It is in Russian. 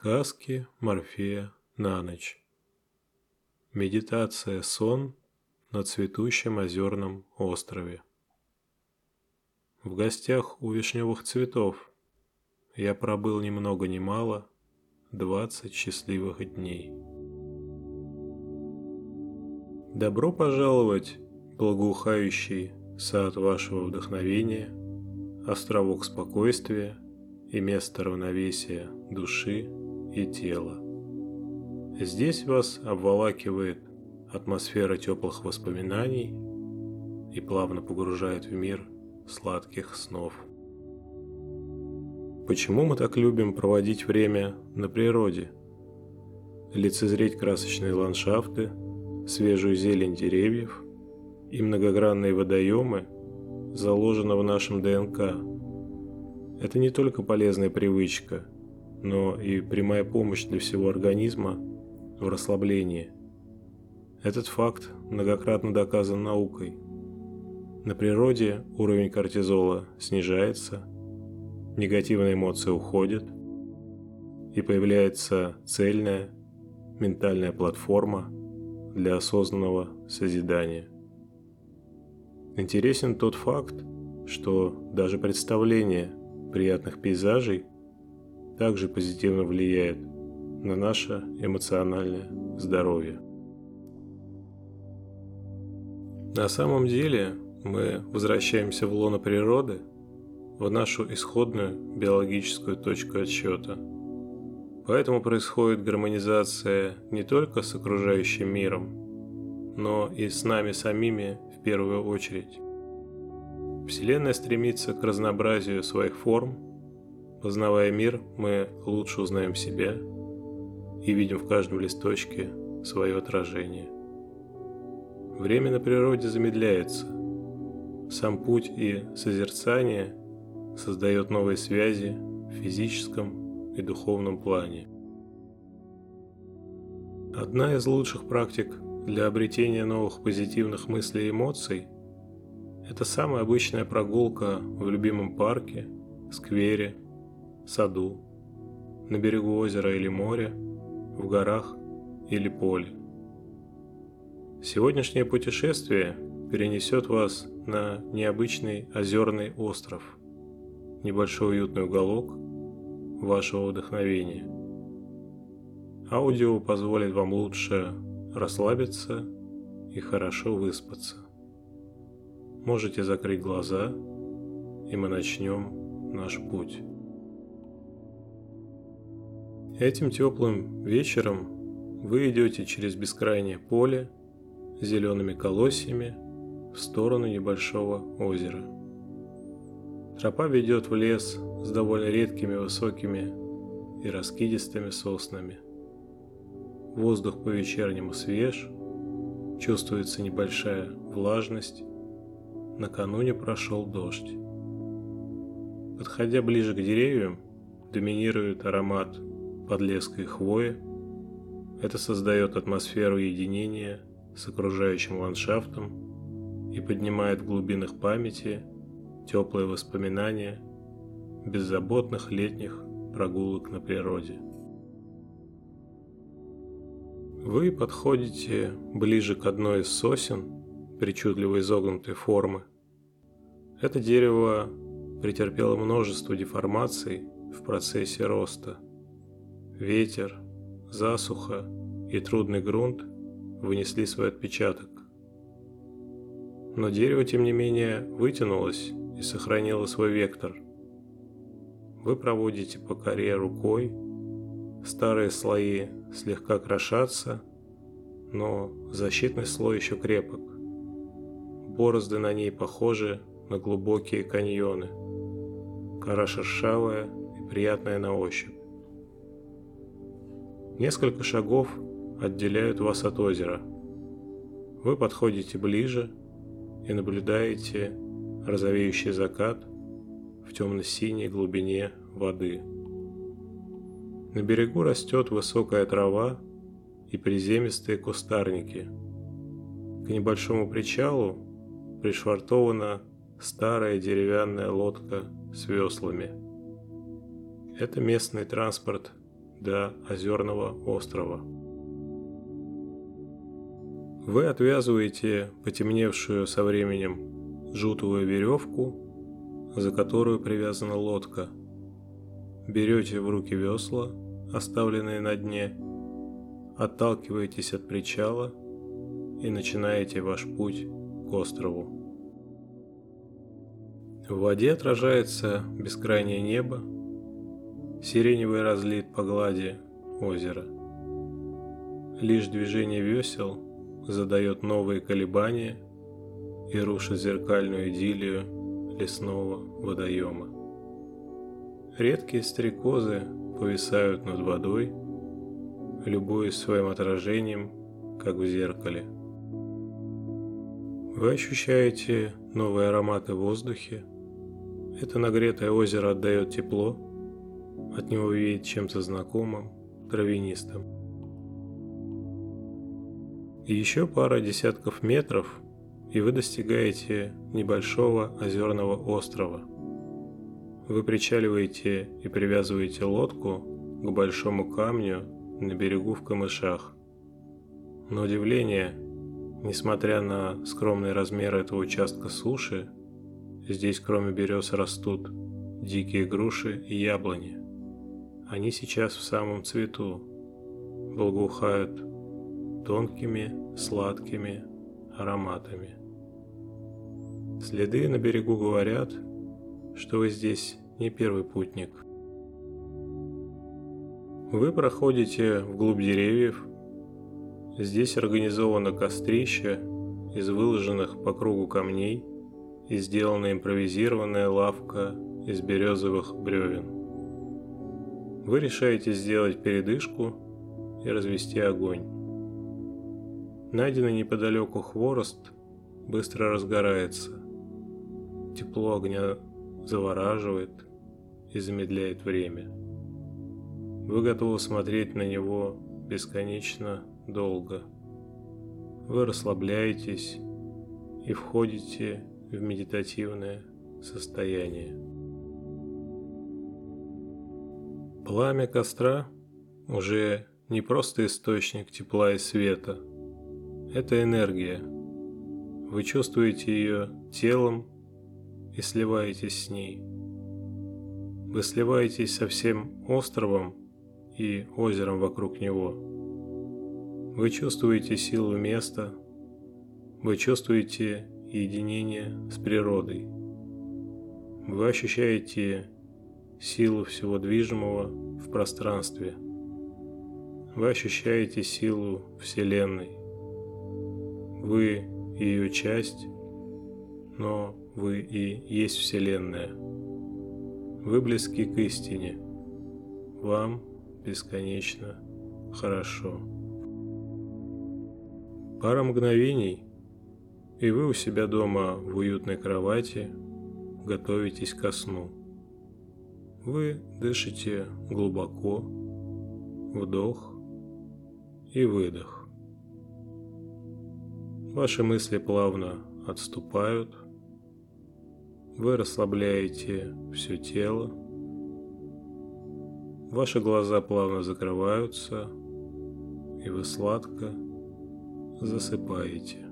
Сказки Морфея на ночь. Медитация «Сон» на цветущем озерном острове. В гостях у вишневых цветов я пробыл ни много ни мало 20 счастливых дней. Добро пожаловать в благоухающий сад вашего вдохновения, островок спокойствия и место равновесия души и тела. Здесь вас обволакивает атмосфера теплых воспоминаний и плавно погружает в мир сладких снов. Почему мы так любим проводить время на природе? Лицезреть красочные ландшафты, свежую зелень деревьев и многогранные водоемы заложено в нашем ДНК. Это не только полезная привычка, но и прямая помощь для всего организма в расслаблении. Этот факт многократно доказан наукой. На природе уровень кортизола снижается, негативные эмоции уходят, и появляется цельная ментальная платформа для осознанного созидания. Интересен тот факт, что даже представление приятных пейзажей также позитивно влияет на наше эмоциональное здоровье. На самом деле мы возвращаемся в лоно природы, в нашу исходную биологическую точку отсчета. Поэтому происходит гармонизация не только с окружающим миром, но и с нами самими в первую очередь. Вселенная стремится к разнообразию своих форм. Познавая мир, мы лучше узнаем себя и видим в каждом листочке свое отражение. Время на природе замедляется. Сам путь и созерцание создает новые связи в физическом и духовном плане. Одна из лучших практик для обретения новых позитивных мыслей и эмоций – это самая обычная прогулка в любимом парке, сквере, саду, на берегу озера или моря, в горах или поле. Сегодняшнее путешествие перенесет вас на необычный озерный остров, небольшой уютный уголок вашего вдохновения. Аудио позволит вам лучше расслабиться и хорошо выспаться. Можете закрыть глаза, и мы начнем наш путь. Этим теплым вечером вы идете через бескрайнее поле с зелеными колосьями в сторону небольшого озера. Тропа ведет в лес с довольно редкими высокими и раскидистыми соснами. Воздух по-вечернему свеж, чувствуется небольшая влажность. Накануне прошел дождь. Подходя ближе к деревьям, доминирует аромат подлеска и хвои. Это создает атмосферу единения с окружающим ландшафтом и поднимает в глубинах памяти теплые воспоминания беззаботных летних прогулок на природе. Вы подходите ближе к одной из сосен причудливо изогнутой формы. Это дерево претерпело множество деформаций в процессе роста. Ветер, засуха и трудный грунт вынесли свой отпечаток. Но дерево, тем не менее, вытянулось и сохранило свой вектор. Вы проводите по коре рукой, старые слои слегка крошатся, но защитный слой еще крепок. Борозды на ней похожи на глубокие каньоны. Кора шершавая и приятная на ощупь. Несколько шагов отделяют вас от озера. Вы подходите ближе и наблюдаете розовеющий закат в темно-синей глубине воды. На берегу растет высокая трава и приземистые кустарники. К небольшому причалу пришвартована старая деревянная лодка с веслами. Это местный транспорт до озерного острова. Вы отвязываете потемневшую со временем джутовую веревку, за которую привязана лодка. Берете в руки весла, оставленные на дне, отталкиваетесь от причала и начинаете ваш путь к острову. В воде отражается бескрайнее небо, сиреневый разлит по глади озера. Лишь движение весел задает новые колебания и рушит зеркальную идиллию лесного водоема. Редкие стрекозы повисают над водой, любуясь своим отражением, как в зеркале. Вы ощущаете новые ароматы в воздухе. Это нагретое озеро отдает тепло, от него веет чем-то знакомым, травянистым. И еще пара десятков метров, и вы достигаете небольшого озерного острова. Вы причаливаете и привязываете лодку к большому камню на берегу в камышах. На удивление, несмотря на скромные размеры этого участка суши, здесь кроме берез растут дикие груши и яблони. Они сейчас в самом цвету, благоухают тонкими, сладкими ароматами. Следы на берегу говорят, что вы здесь не первый путник. Вы проходите вглубь деревьев. Здесь организовано кострище из выложенных по кругу камней и сделана импровизированная лавка из березовых бревен. Вы решаете сделать передышку и развести огонь. Найденный неподалеку хворост быстро разгорается. Тепло огня завораживает и замедляет время. Вы готовы смотреть на него бесконечно долго. Вы расслабляетесь и входите в медитативное состояние. Пламя костра уже не просто источник тепла и света. Это энергия. Вы чувствуете ее телом и сливаетесь с ней. Вы сливаетесь со всем островом и озером вокруг него. Вы чувствуете силу места, вы чувствуете единение с природой. Вы ощущаете силу всего движимого в пространстве. Вы ощущаете силу Вселенной. Вы ее часть, но вы и есть Вселенная. Вы близки к истине. Вам бесконечно хорошо. Пара мгновений, и вы у себя дома в уютной кровати готовитесь ко сну. Вы дышите глубоко, вдох и выдох. Ваши мысли плавно отступают. Вы расслабляете все тело. Ваши глаза плавно закрываются, и вы сладко засыпаете.